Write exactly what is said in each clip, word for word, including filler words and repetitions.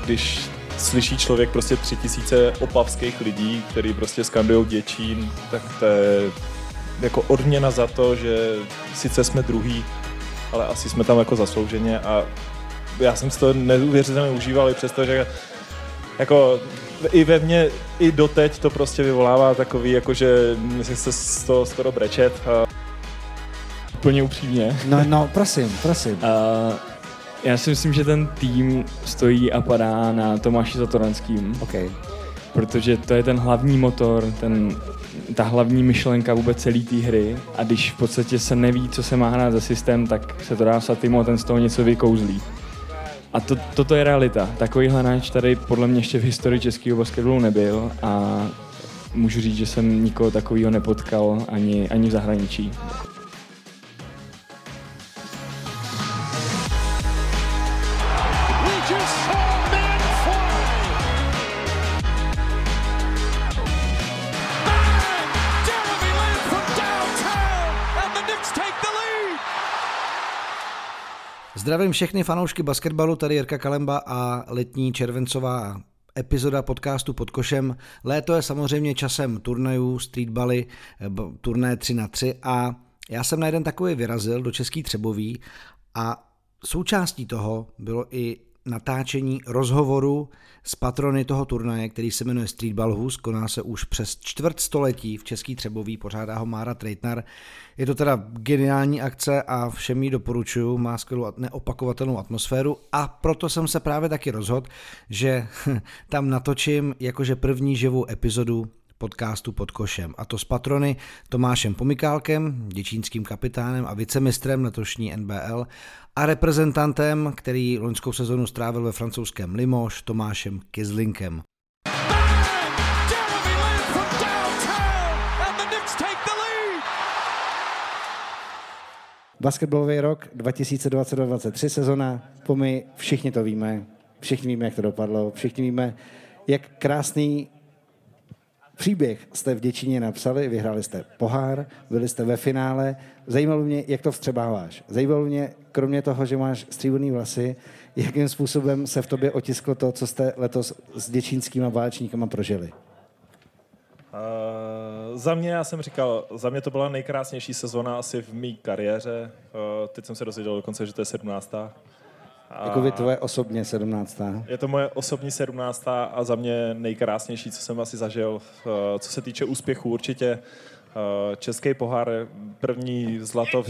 když slyší člověk prostě tři tisíce opavských lidí, který prostě skandujou Děčín, tak to je jako odměna za to, že sice jsme druhý, ale asi jsme tam jako zaslouženě a já jsem si to neuvěřitelně užíval i přesto, že jako i ve mně, i doteď to prostě vyvolává takový, jakože myslím se z toho skoro brečet. A úplně upřímně. No, no, prosím, prosím. Uh, já si myslím, že ten tým stojí a padá na Tomáši Zatoranským. Okay. Protože to je ten hlavní motor, ten, ta hlavní myšlenka vůbec celé té hry a když v podstatě se neví, co se má hrát za systém, tak se to dá Satimu a ten z toho něco vykouzlí. A to, toto je realita. Takovýhle hráč tady podle mě ještě v historii českého basketbalu nebyl a můžu říct, že jsem nikoho takového nepotkal ani, ani v zahraničí. Zdravím všechny fanoušky basketbalu, tady Jirka Kalemba a letní červencová epizoda podcastu Pod košem. Léto je samozřejmě časem turnajů, streetbally, turné tři na tři a já jsem na jeden takový vyrazil do Český Třebový a součástí toho bylo i natáčení rozhovoru s patrony toho turnaje, který se jmenuje Streetball Hus, koná se už přes čtvrt století v Český Třebový, pořádá ho Mára Trejtnar. Je to teda geniální akce a všem ji doporučuju, má skvělou neopakovatelnou atmosféru a proto jsem se právě taky rozhodl, že tam natočím jakože první živou epizodu podcastu Pod košem. A to s patrony Tomášem Pomykálkem, děčínským kapitánem a vicemistrem letošní N B L a reprezentantem, který loňskou sezonu strávil ve francouzském Limoges, Tomášem Kizlinkem. Basketbalový rok dva tisíce dvacet dva dvacet tři sezona, pomy, všichni to víme, všichni víme, jak to dopadlo, všichni víme, jak krásný příběh jste v Děčíně napsali, vyhráli jste pohár, byli jste ve finále. Zajímalo mě, jak to vstřebáváš. Zajímalo mě, kromě toho, že máš stříbrný vlasy, jakým způsobem se v tobě otisklo to, co jste letos s děčínskýma válečníkama prožili. Uh, za mě, já jsem říkal, za mě to byla nejkrásnější sezona asi v mý kariéře. Uh, teď jsem se dozvěděl dokonce, že to je sedmnáctá. A jako vy tvoje osobně sedmnáctá. Je to moje osobní sedmnáctá a za mě nejkrásnější, co jsem asi zažil. Co se týče úspěchu určitě. Český pohár, první zlato v...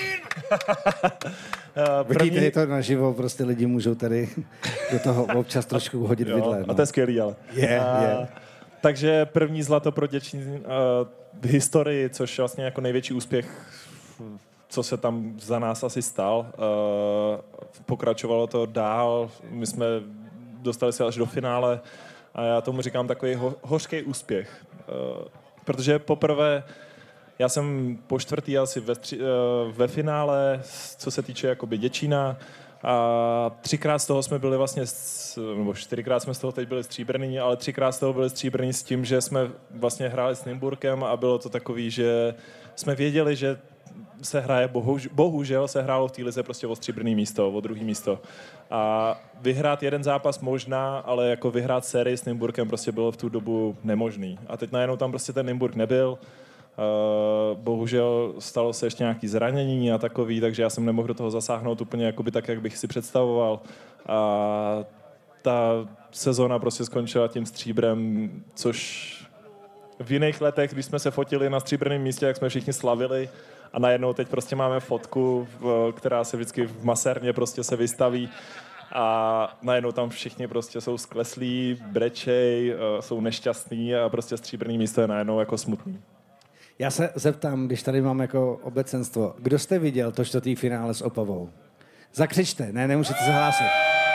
první... Vidíte, je to naživo, prostě lidi můžou tady do toho občas trošku hodit jo, vidle. No. A to je skvělý, ale... Je, je. Takže první zlato pro Děčín v historii, což je vlastně jako největší úspěch, co se tam za nás asi stal. Pokračovalo to dál, my jsme dostali se až do finále a já tomu říkám takový ho, hořký úspěch. Protože poprvé, já jsem po čtvrtý asi ve, stři, ve finále, co se týče jakoby Děčína, a třikrát z toho jsme byli vlastně, nebo čtyřikrát jsme z toho teď byli stříbrní, ale třikrát z toho byli stříbrní s tím, že jsme vlastně hráli s Nymburkem a bylo to takový, že jsme věděli, že se hraje, bohuž, bohužel se hrálo v té lize prostě o stříbrný místo, o druhý místo. A vyhrát jeden zápas možná, ale jako vyhrát sérii s Nymburkem prostě bylo v tu dobu nemožný. A teď najednou tam prostě ten Nymburk nebyl. Uh, bohužel stalo se ještě nějaké zranění a takový, takže já jsem nemohl do toho zasáhnout úplně jakoby tak, jak bych si představoval. A ta sezona prostě skončila tím stříbrem, což v jiných letech, když jsme se fotili na stříbrném místě, jak jsme všichni slavili, a najednou teď prostě máme fotku, která se vždycky v masérně prostě se vystaví a najednou tam všichni prostě jsou skleslí, brečej, jsou nešťastní a prostě stříbrný místo je najednou jako smutný. Já se zeptám, když tady mám jako obecenstvo, kdo jste viděl to čtvrtý finále s Opavou? Zakřičte, ne, nemůžete se hlásit.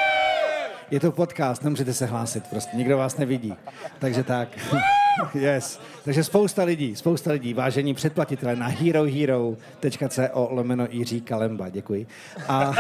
Je to podcast, nemůžete se hlásit, prostě nikdo vás nevidí. Takže tak. Yes. Takže spousta lidí, spousta lidí, vážení předplatitelé na herohero tečka co lomeno Jiří Kalemba, děkuji. A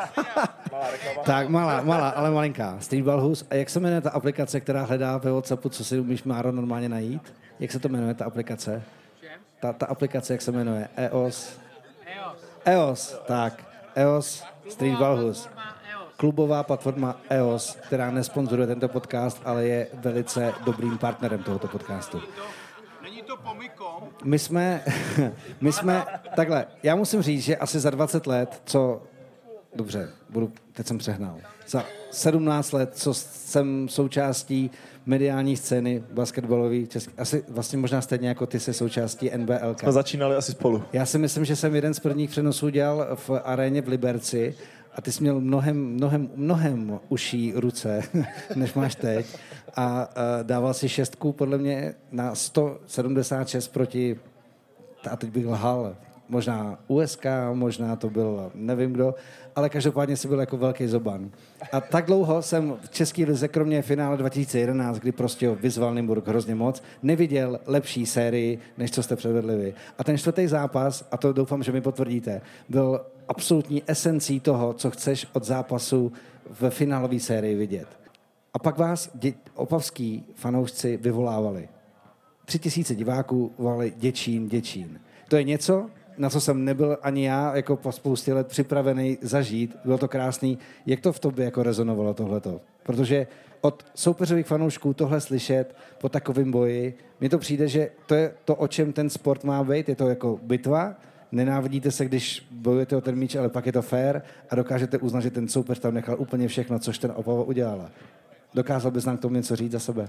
tak malá, malá, ale malinká. Streetball Hus. A jak se jmenuje ta aplikace, která hledá ve WhatsAppu, co si umíš, Máro, normálně najít? Jak se to jmenuje, ta aplikace? Ta, ta aplikace, jak se jmenuje? E O S? E O S. E O S, tak. E O S, Streetball Hus. klubová platforma E O S, která nesponzoruje tento podcast, ale je velice dobrým partnerem tohoto podcastu. Není to pomykom? My jsme, my jsme, takhle, já musím říct, že asi za dvacet let, co, dobře, budu, teď jsem přehnal, za sedmnáct let, co jsem součástí mediální scény basketbalový, český, asi vlastně možná stejně jako ty jsi součástí N B L ka. Jsme začínali asi spolu. Já si myslím, že jsem jeden z prvních přenosů dělal v aréně v Liberci a ty jsi měl mnohem, mnohem, mnohem uší ruce, než máš teď. A, a dával si šestku podle mě na sto sedmdesát šest proti, a teď bych lhal, možná U S K, možná to byl nevím kdo, ale každopádně si byl jako velký zoban. A tak dlouho jsem v české lize, kromě finále dva tisíce jedenáct, kdy prostě vyzval Nymburk hrozně moc, neviděl lepší sérii, než co jste předvedli vy. A ten čtvrtý zápas, a to doufám, že mi potvrdíte, byl absolutní esencí toho, co chceš od zápasu v finálové sérii vidět. A pak vás dě- opavský fanoušci vyvolávali. Tři tisíce diváků volali Děčín, Děčín. To je něco, na co jsem nebyl ani já jako po spoustě let připravený zažít. Bylo to krásný. Jak to v tobě jako rezonovalo tohleto? Protože od soupeřových fanoušků tohle slyšet po takovém boji, mně to přijde, že to je to, o čem ten sport má být. Je to jako bitva. Nenávidíte se, když bojujete o ten míč, ale pak je to fair a dokážete uznat, že ten soupeř tam nechal úplně všechno, což ten Opava udělala. Dokázal bys nám k tomu něco říct za sebe?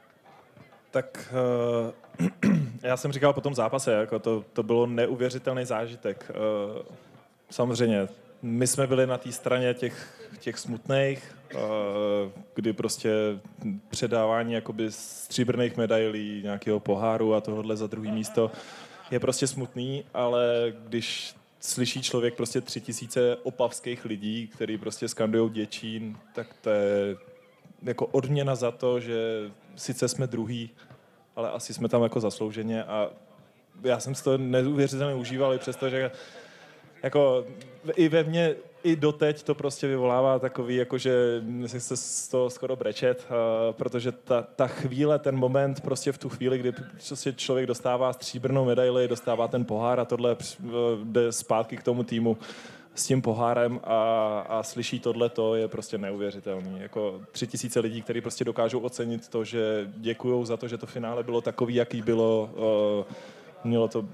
Tak uh, já jsem říkal po tom zápase, jako to, to bylo neuvěřitelný zážitek. Uh, samozřejmě, my jsme byli na té straně těch, těch smutných, uh, kdy prostě předávání jakoby stříbrných medailí, nějakého poháru a tohohle za druhý místo je prostě smutný, ale když slyší člověk prostě tři tisíce opavských lidí, který prostě skandujou Děčín, tak to je jako odměna za to, že sice jsme druhý, ale asi jsme tam jako zaslouženě a já jsem si to neuvěřitelně užíval, i přesto, že jako i ve mně, i doteď to prostě vyvolává takový, jakože si se z toho skoro brečet, uh, protože ta, ta chvíle, ten moment prostě v tu chvíli, kdy prostě člověk dostává stříbrnou medaili, dostává ten pohár a tohle uh, jde zpátky k tomu týmu s tím pohárem a, a slyší tohleto, je prostě neuvěřitelný. Jako tři tisíce lidí, kteří prostě dokážou ocenit to, že děkujou za to, že to finále bylo takový, jaký bylo. Uh, mělo to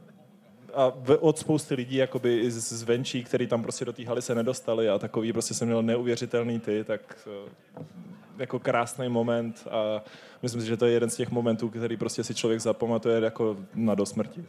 a od spousty lidí jakoby i zvenčí, který tam prostě do té haly se nedostali a takový prostě jsem měl neuvěřitelný ty, tak jako krásný moment a myslím si, že to je jeden z těch momentů, který prostě si člověk zapamatuje jako na dosmrti.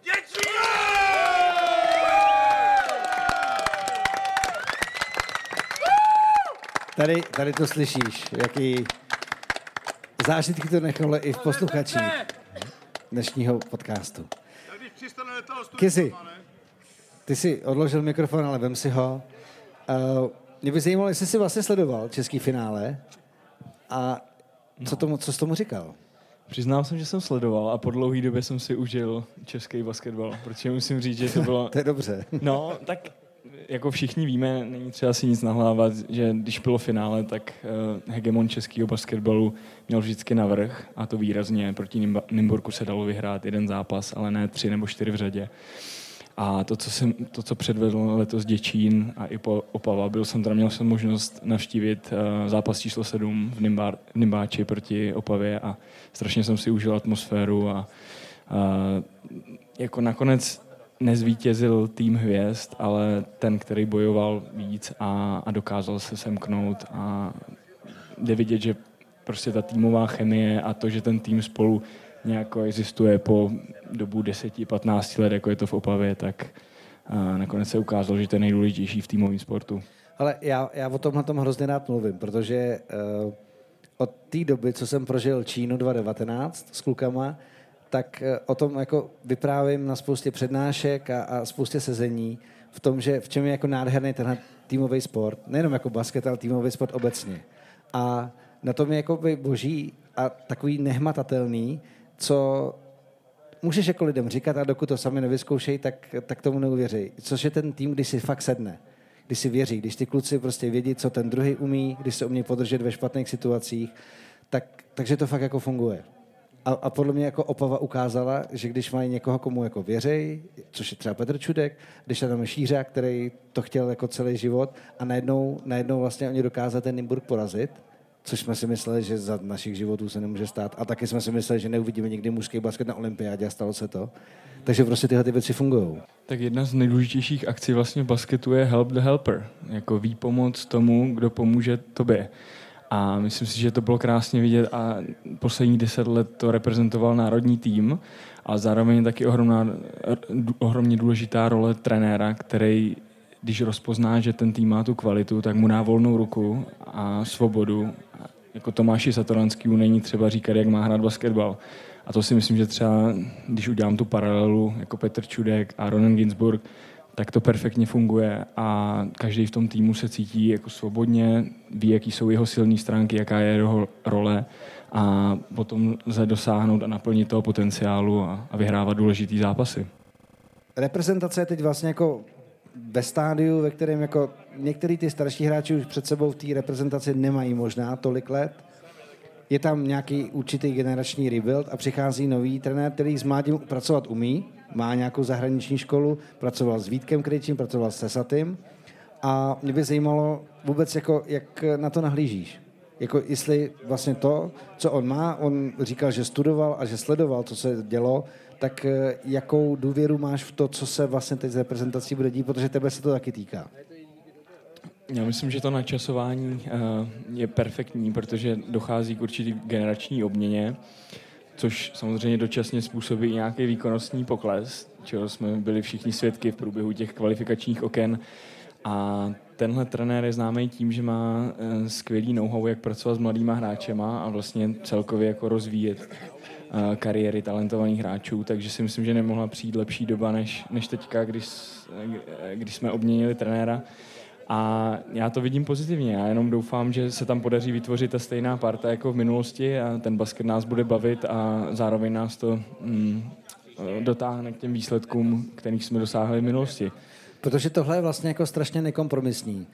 Tady, tady to slyšíš, jaký zážitky to nechalo i v posluchačích dnešního podcastu. Kizzy, ty jsi odložil mikrofon, ale vem si ho. Uh, mě by zajímalo, jestli jsi vlastně sledoval český finále a co, tomu, co jsi tomu říkal? Přiznám jsem, že jsem sledoval a po dlouhé době jsem si užil český basketbal, protože musím říct, že to bylo... To je dobře. No, tak jako všichni víme, není třeba si nic nahlávat, že když bylo finále, tak uh, hegemon českého basketbalu měl vždycky navrch a to výrazně. Proti Nymburku se dalo vyhrát jeden zápas, ale ne tři nebo čtyři v řadě. A to, co, jsem, to, co předvedl letos Děčín a i po Opava, byl jsem teda, měl jsem možnost navštívit uh, zápas číslo sedm v, Nymbár, v Nymbáči proti Opavě a strašně jsem si užil atmosféru a uh, jako nakonec nezvítězil tým hvězd, ale ten, který bojoval víc a, a dokázal se semknout a jde vidět, že prostě ta týmová chemie a to, že ten tým spolu nějak existuje po dobu deset patnáct let, jako je to v Opavě, tak nakonec se ukázalo, že to je nejdůležitější v týmovém sportu. Ale já, já o tomhle tom hrozně rád mluvím, protože uh, od té doby, co jsem prožil Čínu dva tisíce devatenáct s klukama, tak uh, o tom jako vyprávím na spoustě přednášek a, a spoustě sezení v tom, že v čem je jako nádherný tenhle týmový sport, nejenom jako basket, ale týmový sport obecně. A na tom je jako boží a takový nehmatatelný, co můžeš jako lidem říkat a dokud to sami nevyzkoušejí, tak, tak tomu neuvěří. Což je ten tým, když si fakt sedne, když si věří, když ty kluci prostě vědí, co ten druhý umí, když se umí podržet ve špatných situacích, tak, takže to fakt jako funguje. A, a podle mě jako Opava ukázala, že když mají někoho, komu jako věřej, což je třeba Petr Čudek, když je tam Šířák, který to chtěl jako celý život a najednou, najednou vlastně oni dokázali ten Nymburk porazit, což jsme si mysleli, že za našich životů se nemůže stát. A taky jsme si mysleli, že neuvidíme nikdy mužský basket na olympiádě a stalo se to. Takže prostě tyhle ty věci fungují. Tak jedna z nejdůležitějších akcí vlastně v basketu je help the helper. Jako výpomoc tomu, kdo pomůže tobě. A myslím si, že to bylo krásně vidět a poslední deset let to reprezentoval národní tým a zároveň taky ohromná, ohromně důležitá role trenéra, který, když rozpozná, že ten tým má tu kvalitu, tak mu dá volnou ruku a svobodu. Jako Tomáši Satoranskýmu není třeba říkat, jak má hrát basketbal. A to si myslím, že třeba, když udělám tu paralelu jako Petr Čudek a Ronen Ginsburg, tak to perfektně funguje a každý v tom týmu se cítí jako svobodně, ví, jaký jsou jeho silné stránky, jaká je jeho role a potom lze dosáhnout a naplnit toho potenciálu a, a vyhrávat důležitý zápasy. Reprezentace je teď vlastně jako ve stádiu, ve kterém jako některý ty starší hráči už před sebou v té reprezentaci nemají možná tolik let. Je tam nějaký určitý generační rebuild a přichází nový trenér, který s mládím pracovat umí, má nějakou zahraniční školu, pracoval s Vítkem Krejčím, pracoval s Sesatým a mě by zajímalo vůbec, jako, jak na to nahlížíš. Jako jestli vlastně to, co on má, on říkal, že studoval a že sledoval, co se dělo, tak jakou důvěru máš v to, co se vlastně teď z reprezentací bude dít, protože tebe se to taky týká. Já myslím, že to načasování je perfektní, protože dochází k určitý generační obměně, což samozřejmě dočasně způsobí nějaký výkonnostní pokles, čeho jsme byli všichni svědky v průběhu těch kvalifikačních oken. A tenhle trenér je známý tím, že má skvělý know-how, jak pracovat s mladýma hráčema a vlastně celkově jako rozvíjet kariéry talentovaných hráčů, takže si myslím, že nemohla přijít lepší doba než, než teďka, když, když jsme obměnili trenéra. A já to vidím pozitivně. Já jenom doufám, že se tam podaří vytvořit ta stejná parta jako v minulosti a ten basket nás bude bavit a zároveň nás to mm, dotáhne k těm výsledkům, kterých jsme dosáhli v minulosti. Protože tohle je vlastně jako strašně nekompromisní.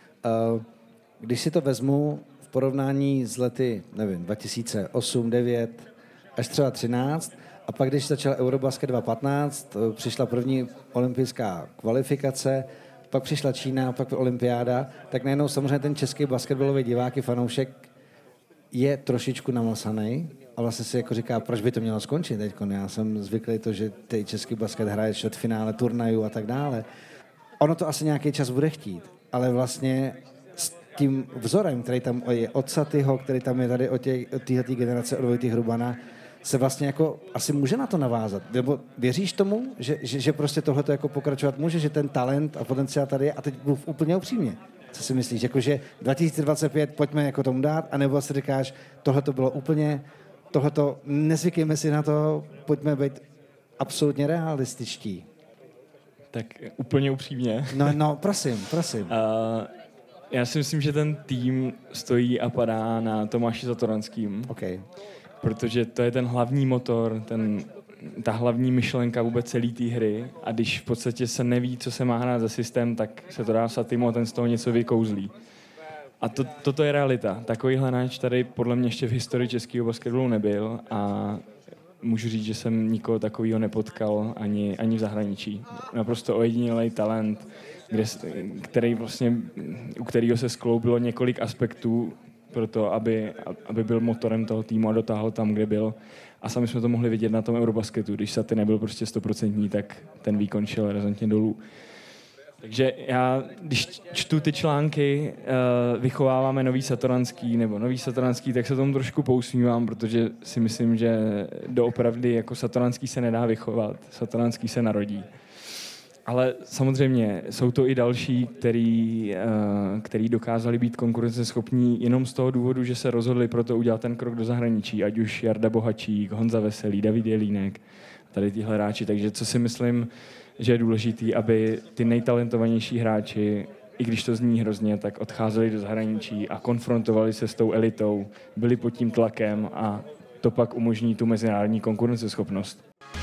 Když si to vezmu v porovnání s lety, nevím, dva tisíce osm, devět až třeba třináct, a pak když začal Eurobasket dva tisíce patnáct, přišla první olympijská kvalifikace, pak přišla Čína, pak olympiáda, tak najednou samozřejmě ten český basketbalový divák i fanoušek je trošičku namlsanej a vlastně si jako říká, proč by to mělo skončit teď. Já jsem zvyklý to, že ty český basket hraje čtvrtfinále turnajů a tak dále. Ono to asi nějaký čas bude chtít, ale vlastně s tím vzorem, který tam je od Satyho, který tam je tady od téhletý generace od Vojty Hrubana, se vlastně jako asi může na to navázat. Nebo věříš tomu, že, že, že prostě tohleto jako pokračovat může, že ten talent a potenciál tady je, a teď budu úplně upřímně. Co si myslíš? Jakože dva tisíce dvacet pět pojďme jako tomu dát, anebo si říkáš, tohleto bylo úplně, tohleto nezvykejme si na to, pojďme být absolutně realističtí. Tak úplně upřímně. No, no, prosím, prosím. Uh, já si myslím, že ten tým stojí a padá na Tomáši Satoranským. Okay. Protože to je ten hlavní motor, ten, ta hlavní myšlenka vůbec celé té hry a když v podstatě se neví, co se má hrát za systém, tak se to dá Satymu a ten z toho něco vykouzlí. A to, toto je realita. Takovýhle hráč tady podle mě ještě v historii českého basketbalu nebyl a můžu říct, že jsem nikoho takového nepotkal ani, ani v zahraničí. Naprosto ojedinělej talent, kde, který vlastně, u kterého se skloubilo několik aspektů pro to, aby, aby byl motorem toho týmu a dotáhl tam, kde byl. A sami jsme to mohli vidět na tom Eurobasketu. Když Saty nebyl prostě stoprocentní, tak ten výkon šel razantně dolů. Takže já, když čtu ty články, uh, vychováváme nový Satoranský nebo nový Satoranský, tak se tomu trošku pousmívám, protože si myslím, že doopravdy jako Satoranský se nedá vychovat. Satoranský se narodí. Ale samozřejmě jsou to i další, který, uh, který dokázali být konkurenceschopní jenom z toho důvodu, že se rozhodli pro to udělat ten krok do zahraničí, ať už Jarda Bohačík, Honza Veselý, David Jelínek, tady tihle hráči. Takže co si myslím, že je důležitý, aby ty nejtalentovanější hráči, i když to zní hrozně, tak odcházeli do zahraničí a konfrontovali se s tou elitou, byli pod tím tlakem a to pak umožní tu mezinárodní konkurenceschopnost.